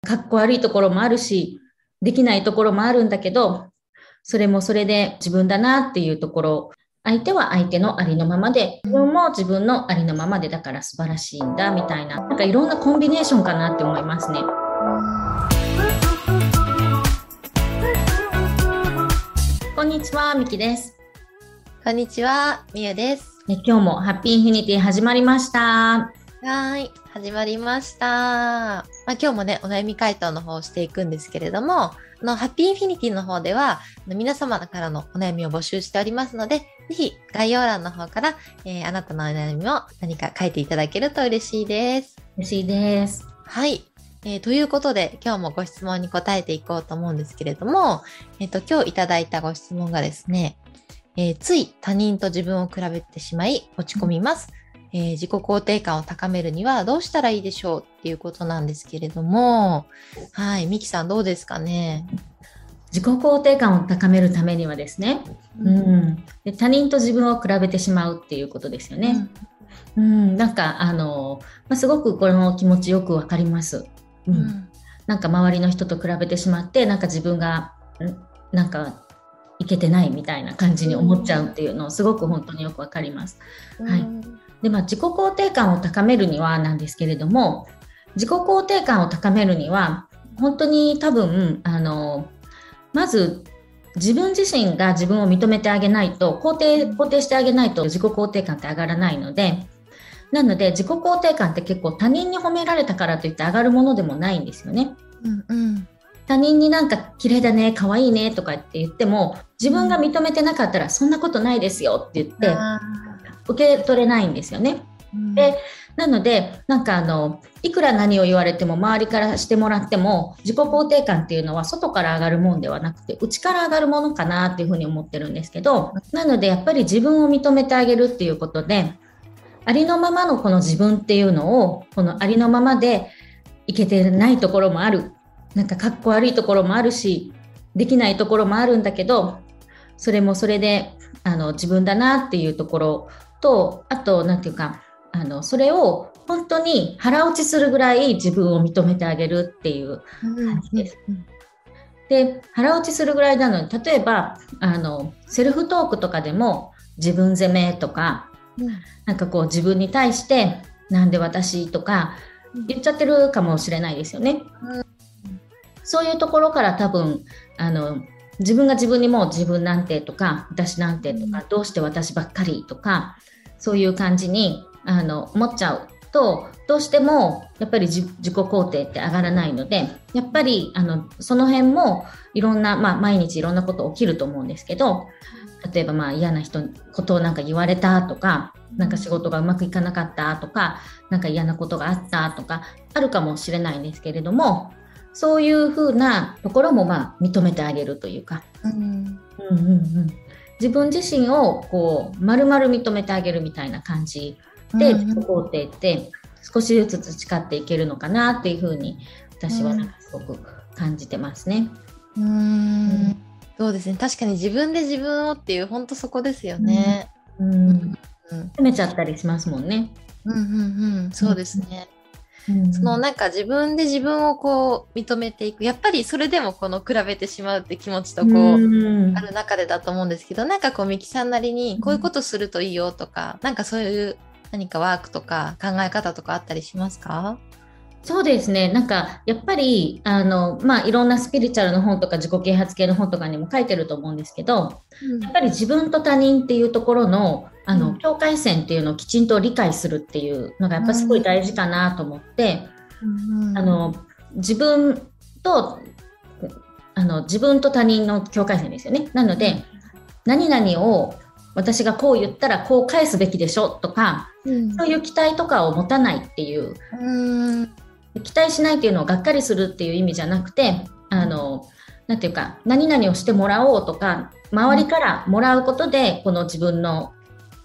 かっこ悪いところもあるし、できないところもあるんだけど、それもそれで自分だなっていうところ、相手は相手のありのままで、自分も自分のありのままでだから素晴らしいんだみたいな、なんかいろんなコンビネーションかなって思いますね。こんにちは、みきです。 こんにちは、みゆです。 今日もハッピーインフィニティ始まりました。 始まりました。今日もね、お悩み回答の方をしていくんですけれども、ハッピーインフィニティの方では、皆様からのお悩みを募集しておりますので、ぜひ概要欄の方から、あなたのお悩みを何か書いていただけると嬉しいです。 嬉しいです。 はい。ということで、今日もご質問に答えていこうと思うんですけれども、今日いただいたご質問がですね、つい他人と自分を比べてしまい落ち込みます。自己肯定感を高めるにはどうしたらいいでしょうっていうことなんですけれども、はい、ミキさんどうですかね。 自己肯定感を高めるためにはですね、で他人と自分を比べてしまうっていうことですよね。なんかすごくこの気持ちよくわかります。なんか周りの人と比べてしまって、なんか自分がなんかいけてないみたいな感じに思っちゃうっていうのをすごく本当によくわかります。はい。で、自己肯定感を高めるにはなんですけれども、自己肯定感を高めるには本当に多分まず自分自身が自分を認めてあげないと、肯定してあげないと自己肯定感って上がらないので、なので自己肯定感って結構他人に褒められたからといって上がるものでもないんですよね。他人になんか綺麗だね、可愛いねとかって言っても、自分が認めてなかったらそんなことないですよって言って受け取れないんですよね。で、なのでなんかいくら何を言われても周りからしてもらっても、自己肯定感っていうのは外から上がるもんではなくて内から上がるものかなっていうふうに思ってるんですけど、なのでやっぱり自分を認めてあげるっていうことで、ありのままのこの自分っていうのを、このありのままでいけてないところもある、なんかかっこ悪いところもあるし、できないところもあるんだけど、それもそれで自分だなっていうところと、あとなんていうかそれを本当に腹落ちするぐらい自分を認めてあげるっていう感じです。で、腹落ちするぐらいなのに、例えばセルフトークとかでも自分責めとか、なんかこう自分に対してなんで私とか言っちゃってるかもしれないですよね。そういうところから多分自分が自分にもう自分なんてとか私なんてとか、どうして私ばっかりとか、そういう感じに思っちゃうと、どうしてもやっぱり自己肯定って上がらないので、やっぱりその辺もいろんな、毎日いろんなこと起きると思うんですけど、例えば嫌なことをなんか言われたとか、なんか仕事がうまくいかなかったとか、なんか嫌なことがあったとかあるかもしれないんですけれども、そういう風なところも認めてあげるというか、自分自身をこう丸々認めてあげるみたいな感じで、自己肯定って少しずつ培っていけるのかなっていう風に私はなんかすごく感じてますね。 そうですね。確かに自分で自分をっていう、本当そこですよね。 責めちゃったりしますもんね。 そうですね。そのなんか自分で自分をこう認めていく、やっぱりそれでもこの比べてしまうって気持ちとこう、ある中でだと思うんですけど、なんかこうミキさんなりにこういうことするといいよとか、なんかそういう何かワークとか考え方とかあったりしますか？ そうですね。なんかやっぱりいろんなスピリチュアルの本とか自己啓発系の本とかにも書いてると思うんですけど、やっぱり自分と他人っていうところの境界線っていうのをきちんと理解するっていうのがやっぱすごい大事かなと思って、自分と他人の境界線ですよね。なので、何々を私がこう言ったらこう返すべきでしょとか、そういう期待とかを持たないっていう、期待しないっていうのをがっかりするっていう意味じゃなくて、なんていうか、何々をしてもらおうとか、周りからもらうことでこの自分の、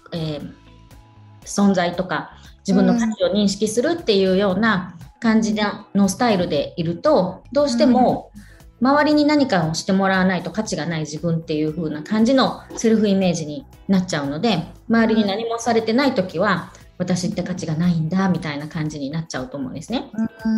存在とか自分の価値を認識するっていうような感じのスタイルでいると、どうしても周りに何かをしてもらわないと価値がない自分っていう風な感じのセルフイメージになっちゃうので、周りに何もされてない時は私って価値がないんだみたいな感じになっちゃうと思うんですね。 うん、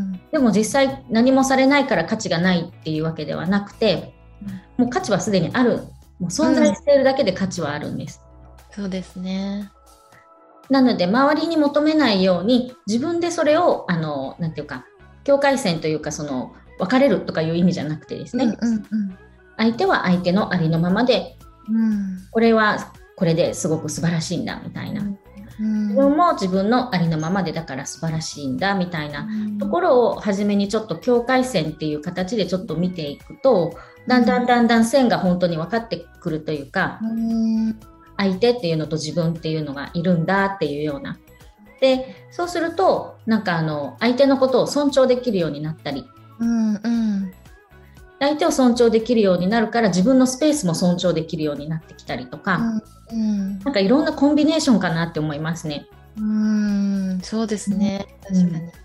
でも実際何もされないから価値がないっていうわけではなくて、もう価値はすでにある。もう存在しているだけで価値はあるんです。 そうですね。 なので周りに求めないように自分でそれをなんていうか境界線というかその別れるとかいう意味じゃなくてですね、相手は相手のありのままで、これはこれですごく素晴らしいんだみたいな、自分も自分のありのままでだから素晴らしいんだみたいなところを初めにちょっと境界線っていう形でちょっと見ていくと、だんだん線が本当に分かってくるというか、相手っていうのと自分っていうのがいるんだっていうような。でそうするとなんか相手のことを尊重できるようになったり、相手を尊重できるようになるから自分のスペースも尊重できるようになってきたりとか、なんかいろんなコンビネーションかなって思いますね。 そうですね、確かに。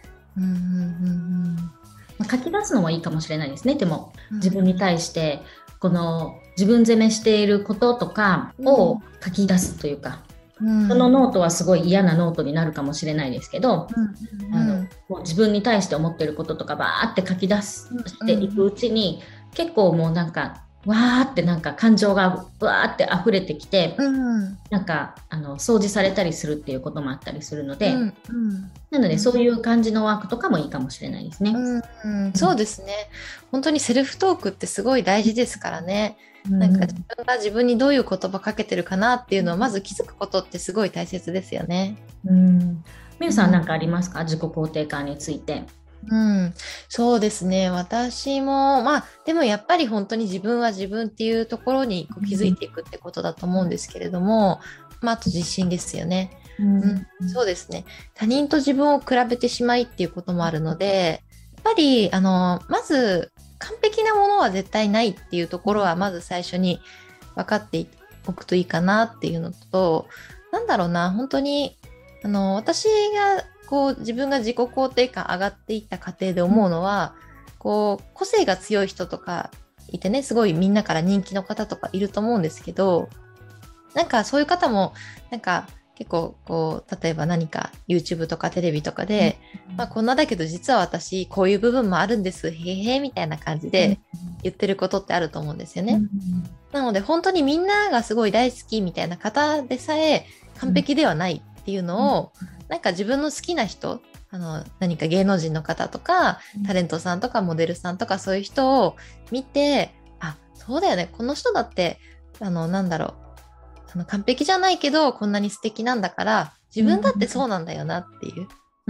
書き出すのはいいかもしれないですね。でも自分に対してこの自分責めしていることとかを書き出すというか、そのノートはすごい嫌なノートになるかもしれないですけど、もう自分に対して思ってることとかバーって書き出していくうちに、結構もうなんかわーってなんか感情がわーって溢れてきて、なんか掃除されたりするっていうこともあったりするので、なのでそういう感じのワークとかもいいかもしれないですね。 そうですね。本当にセルフトークってすごい大事ですからね。なんか自分が自分にどういう言葉かけてるかなっていうのをまず気づくことってすごい大切ですよね。 みゆさん何かありますか？自己肯定感について。 そうですね。私もでもやっぱり本当に自分は自分っていうところに気づいていくってことだと思うんですけれども、あと自信ですよね。そうですね。他人と自分を比べてしまいっていうこともあるので、やっぱりまず完璧なものは絶対ないっていうところはまず最初に分かっておくといいかなっていうのと、なんだろうな、本当に私が自分が自己肯定感上がっていった過程で思うのは、個性が強い人とかいてね、すごいみんなから人気の方とかいると思うんですけど、なんかそういう方もなんか結構例えば何か YouTube とかテレビとかで、こんなだけど実は私こういう部分もあるんですへへみたいな感じで言ってることってあると思うんですよね。なので本当にみんながすごい大好きみたいな方でさえ完璧ではないっていうのを、なんか自分の好きな人、何か芸能人の方とかタレントさんとかモデルさんとかそういう人を見て、そうだよね、この人だってなんだろう、完璧じゃないけどこんなに素敵なんだから自分だってそうなんだよなっていう。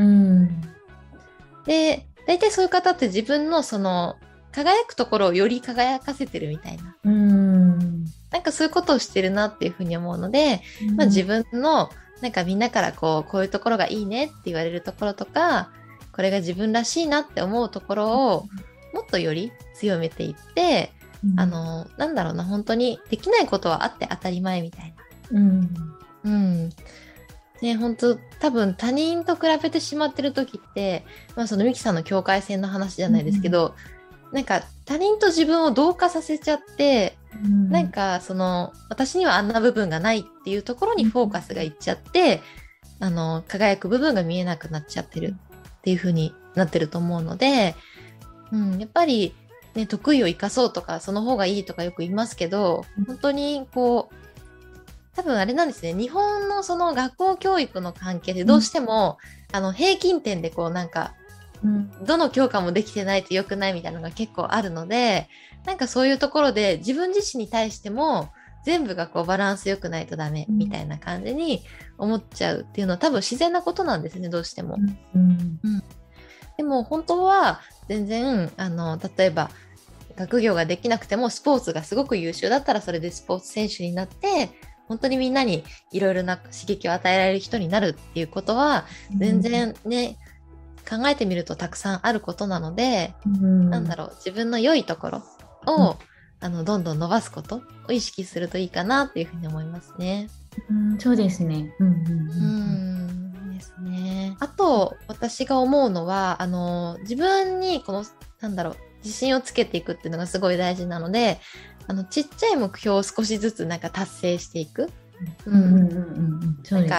で、大体そういう方って自分のその輝くところをより輝かせてるみたいな。なんかそういうことをしてるなっていうふうに思うので、自分のなんかみんなからこういうところがいいねって言われるところとか、これが自分らしいなって思うところをもっとより強めていって、なんだろうな、本当にできないことはあって当たり前みたいな。ね、本当多分他人と比べてしまってる時って、そのミキさんの境界線の話じゃないですけど、なんか他人と自分を同化させちゃって、なんかその私にはあんな部分がないっていうところにフォーカスがいっちゃって、輝く部分が見えなくなっちゃってるっていう風になってると思うので、やっぱりね、得意を生かそうとかその方がいいとかよく言いますけど、本当に多分あれなんですね、日本のその学校教育の関係でどうしても、平均点でなんかどの教科もできてないと良くないみたいなのが結構あるので、なんかそういうところで自分自身に対しても全部がバランス良くないとダメみたいな感じに思っちゃうっていうのは多分自然なことなんですね、どうしても。でも本当は全然例えば学業ができなくてもスポーツがすごく優秀だったらそれでスポーツ選手になって本当にみんなにいろいろな刺激を与えられる人になるっていうことは全然ね、考えてみるとたくさんあることなので、なんだろう、自分の良いところを、どんどん伸ばすことを意識するといいかなっていうふうに思いますね。 そうですね。 ですね。あと私が思うのは自分になんだろう、自信をつけていくっていうのがすごい大事なので、ちっちゃい目標を少しずつなんか達成していく。なんか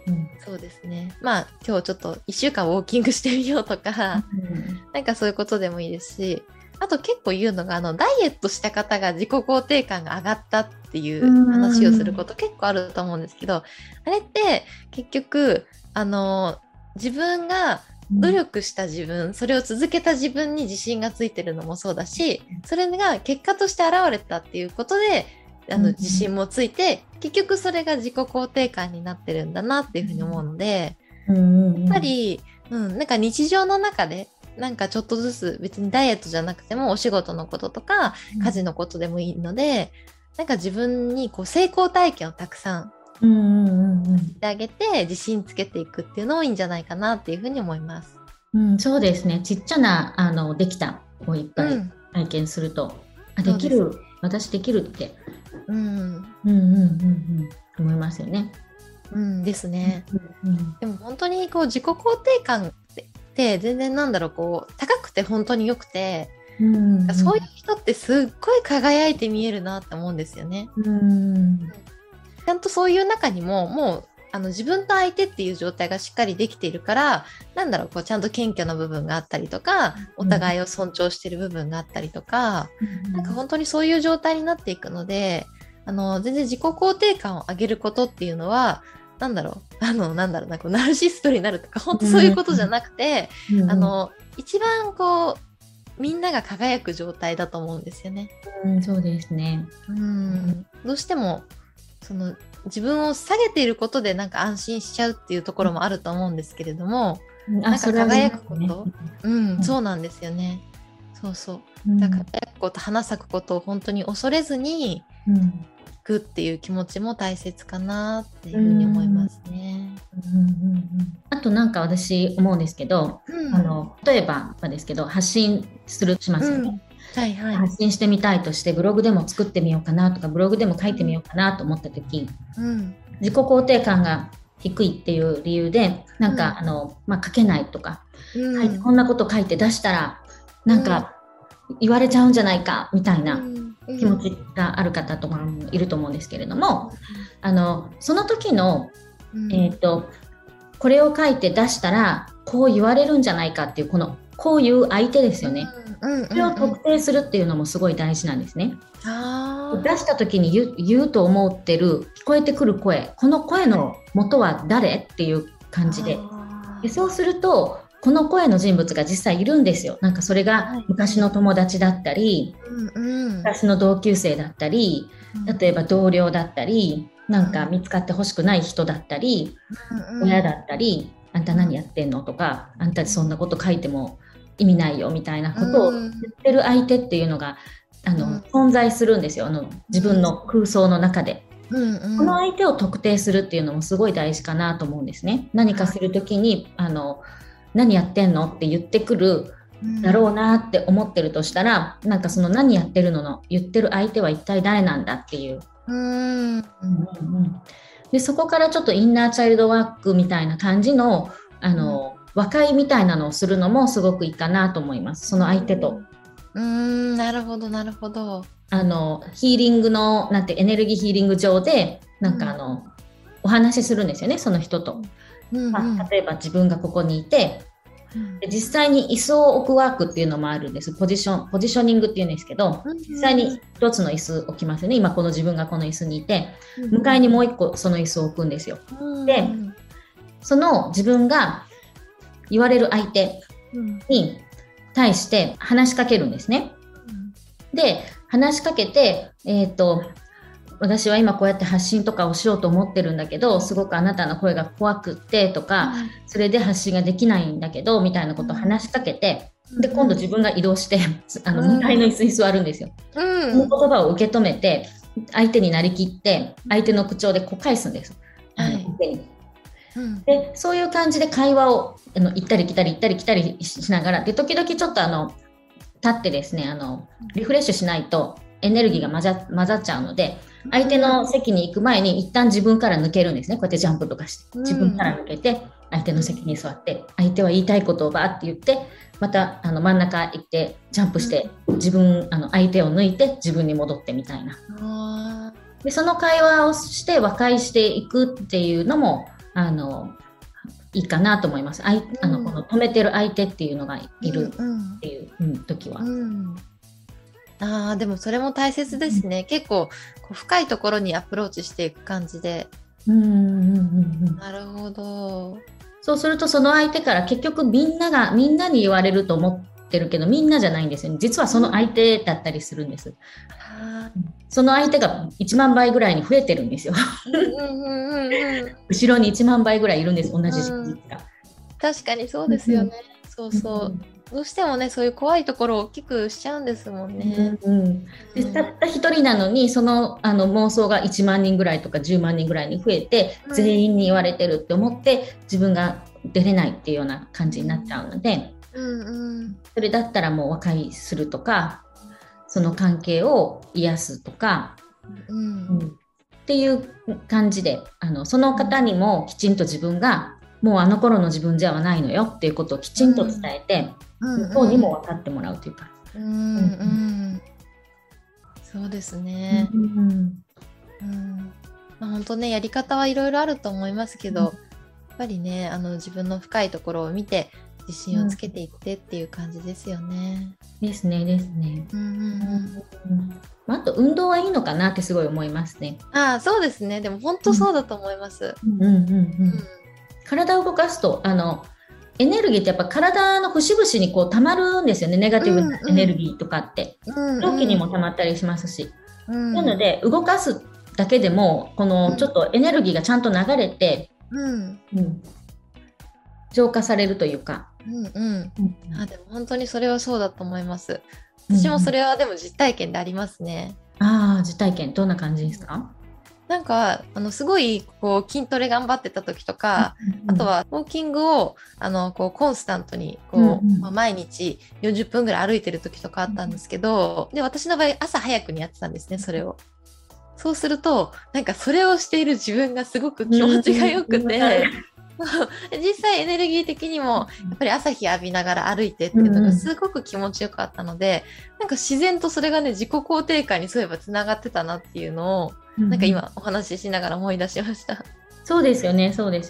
そうですね。まあ今日ちょっと1週間ウォーキングしてみようとか、なんかそういうことでもいいですし、あと結構言うのが、ダイエットした方が自己肯定感が上がったっていう話をすること結構あると思うんですけど、あれって結局、自分が努力した自分、それを続けた自分に自信がついてるのもそうだし、それが結果として現れたっていうことで、自信もついて、結局それが自己肯定感になってるんだなっていうふうに思うので、やっぱり、なんか日常の中で、なんかちょっとずつ別にダイエットじゃなくてもお仕事のこととか家事のことでもいいので、なんか自分にこう成功体験をたくさんしてあげて自信つけていくっていうのもいいんじゃないかなっていうふうに思います。 そうですね。ちっちゃなできたをいっぱい体験すると、できる、私できるって思いますよね。 ですね。でも本当にこう自己肯定感って全然こう高くて本当に良くて、そういう人ってすっごい輝いて見えるなって思うんですよね。ちゃんとそういう中にももう自分と相手っていう状態がしっかりできているから、こうちゃんと謙虚な部分があったりとか、お互いを尊重している部分があったりとか、なんか本当にそういう状態になっていくので、全然自己肯定感を上げることっていうのはこうナルシストになるとか本当そういうことじゃなくて、一番こうみんなが輝く状態だと思うんですよね。 そうですね。 どうしても自分を下げていることでなんか安心しちゃうっていうところもあると思うんですけれども、なんか輝くこと、そうなんですよね。だから輝くこと、花咲くことを本当に恐れずにいくっていう気持ちも大切かなっていうふうに思いますね。 あとなんか私思うんですけど、例えばですけど発信しますよね。発信してみたいとしてブログでも作ってみようかなとかブログでも書いてみようかなと思った時、自己肯定感が低いっていう理由でなんか、書けないとか、こんなこと書いて出したらなんか言われちゃうんじゃないかみたいな気持ちがある方とかもいると思うんですけれども、その時の、これを書いて出したらこう言われるんじゃないかっていうこういう相手ですよね。それを特定するっていうのもすごい大事なんですね。出した時に言うと思ってる聞こえてくる声、この声の元は誰っていう感じで、そうするとこの声の人物が実際いるんですよ。なんかそれが昔の友達だったり、昔の同級生だったり、例えば同僚だったり、なんか見つかってほしくない人だったり、親だったり、あんた何やってんのとか、あんたそんなこと書いても意味ないよみたいなことを言ってる相手っていうのが存在するんですよ。自分の空想の中で。この相手を特定するっていうのもすごい大事かなと思うんですね。何かするときに何やってんのって言ってくるだろうなって思ってるとしたら、なんかその何やってるのの言ってる相手は一体誰なんだっていう。でそこからちょっとインナーチャイルドワークみたいな感じの和解みたいなのをするのもすごくいいかなと思います。その相手と。 なるほどなるほど。 ヒーリングのエネルギーヒーリング上でなんかお話しするんですよね、その人と。例えば自分がここにいて、で実際に椅子を置くワークっていうのもあるんです。ポジショニングっていうんですけど、実際に一つの椅子置きますよね。今この自分がこの椅子にいて、向かいにもう一個その椅子を置くんですよ。でその自分が言われる相手に対して話しかけるんですね。で話しかけて、私は今こうやって発信とかをしようと思ってるんだけど、すごくあなたの声が怖くってとか、それで発信ができないんだけどみたいなことを話しかけて、で今度自分が移動して向かいの椅子に座るんですよ。その言葉を受け止めて相手になりきって相手の口調でこう返すんです。相手に。でそういう感じで会話を行ったり来たり行ったり来たりしながら、で時々ちょっと立ってですねリフレッシュしないとエネルギーが混ざっちゃうので、相手の席に行く前に一旦自分から抜けるんですね。こうやってジャンプとかして自分から抜けて相手の席に座って、相手は言いたいことをバーって言って、また真ん中行ってジャンプして相手を抜いて自分に戻ってみたいな。でその会話をして和解していくっていうのもいいかなと思います。この止めてる相手っていうのがいるっていう、時は。 でもそれも大切ですね。結構こう深いところにアプローチしていく感じで。なるほど。 そうするとその相手から結局みんなに言われると思ってるけどみんなじゃないんですよね。実はその相手だったりするんです。その相手が1万倍ぐらいに増えてるんですよ。後ろに1万倍ぐらいいるんです、同じ事実が。 確かにそうですよね。そうそう。どうしてもね、そういう怖いところを大きくしちゃうんですもんね。 でたった一人なのにその、妄想が1万人ぐらいとか10万人ぐらいに増えて、全員に言われてるって思って自分が出れないっていうような感じになっちゃうので、それだったらもう和解するとか、その関係を癒すとか、っていう感じでその方にもきちんと自分がもうあの頃の自分じゃないのよっていうことをきちんと伝えて、向こうにも分かってもらうというか。 そうですね。本当ね、やり方はいろいろあると思いますけど、やっぱりね、自分の深いところを見て自信をつけていってっていう感じですよね。 ですね。あと運動はいいのかなってすごい思いますね。 そうですね。でも本当そうだと思います。 体を動かすとエネルギーってやっぱ体の節々にこう溜まるんですよね。ネガティブなエネルギーとかって臓器にも溜まったりしますし、なので動かすだけでもこのちょっとエネルギーがちゃんと流れて、浄化されるというか。 でも本当にそれはそうだと思います。私もそれはでも実体験でありますね。 実体験どんな感じですか？ なんかすごいこう筋トレ頑張ってた時とか、あとはウォーキングをこうコンスタントにこう、毎日40分ぐらい歩いてる時とかあったんですけど、で私の場合朝早くにやってたんですね、それを。そうするとなんかそれをしている自分がすごく気持ちがよくて、実際エネルギー的にもやっぱり朝日浴びながら歩いてっていうのがすごく気持ちよかったので、なんか自然とそれがね自己肯定感にそういえばつながってたなっていうのをなんか今お話ししながら思い出しました。 そうですよね。そうね、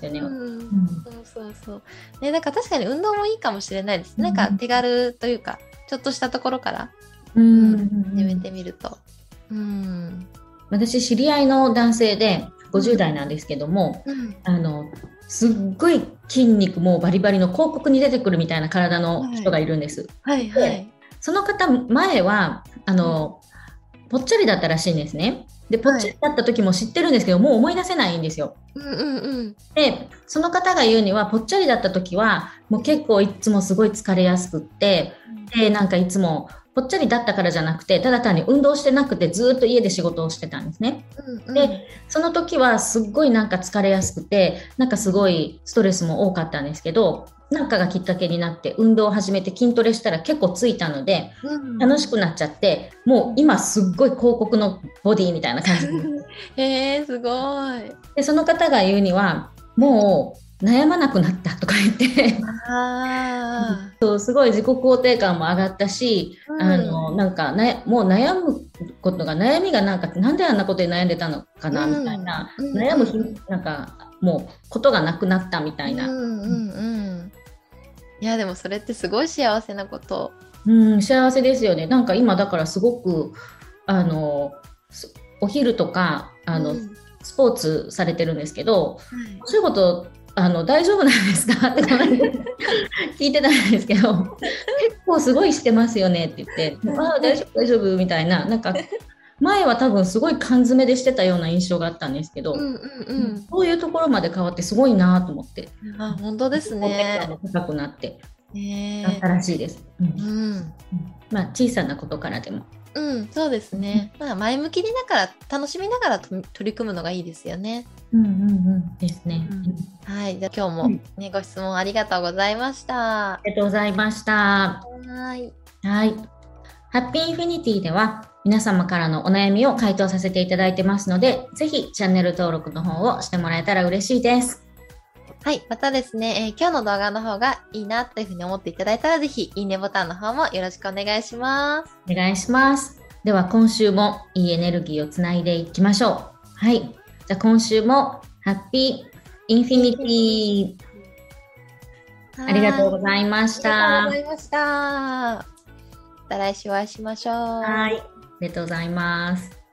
なんか確かに運動もいいかもしれないです。なんか手軽というかちょっとしたところから始めてみると。 私知り合いの男性で50代なんですけども、すっごい筋肉もバリバリの広告に出てくるみたいな体の人がいるんです。でその方前はぽっちゃりだったらしいんですね。でぽっちゃりだった時も知ってるんですけど、もう思い出せないんですよ。でその方が言うにはぽっちゃりだった時はもう結構いつもすごい疲れやすくって、でなんかいつもぽっちゃりだったからじゃなくてただ単に運動してなくてずっと家で仕事をしてたんですね。でその時はすっごいなんか疲れやすくてなんかすごいストレスも多かったんですけど、なんかがきっかけになって運動を始めて筋トレしたら結構ついたので、楽しくなっちゃってもう今すっごい広告のボディみたいな感じすごい。 でその方が言うにはもう悩まなくなったとか言ってそうすごい自己肯定感も上がったし、なんかもう悩むことが悩みがなんであんなことで悩んでたのかなみたいな、悩むなんかもうことがなくなったみたいな。 いやでもそれってすごい幸せなこと。 幸せですよね。なんか今だからすごくお昼とかスポーツされてるんですけど、お仕事大丈夫なんですかって聞いてたんですけど結構すごいしてますよねって言って大丈夫みたいな、なんか前は多分すごい缶詰でしてたような印象があったんですけど、そういうところまで変わってすごいなと思って。 本当ですね。 高くなって新しいです。小さなことからでも。 そうですね。前向きにだから楽しみながら取り組むのがいいですよね。 ですね。 はい、じゃあ今日もね、ご質問ありがとうございました。 ありがとうございました。はい。ハッピーインフィニティでは皆様からのお悩みを回答させていただいてますので、ぜひチャンネル登録の方をしてもらえたら嬉しいです。 はい、またですね、今日の動画の方がいいなというふうに思っていただいたら、ぜひいいねボタンの方もよろしくお願いします。 お願いします。では今週もいいエネルギーをつないでいきましょう。はい。じゃあ今週もハッピーインフィニティ。ありがとうございましありがとうごた。 ざいました。また来週お会いしましょう。 はい。ありがとうございます。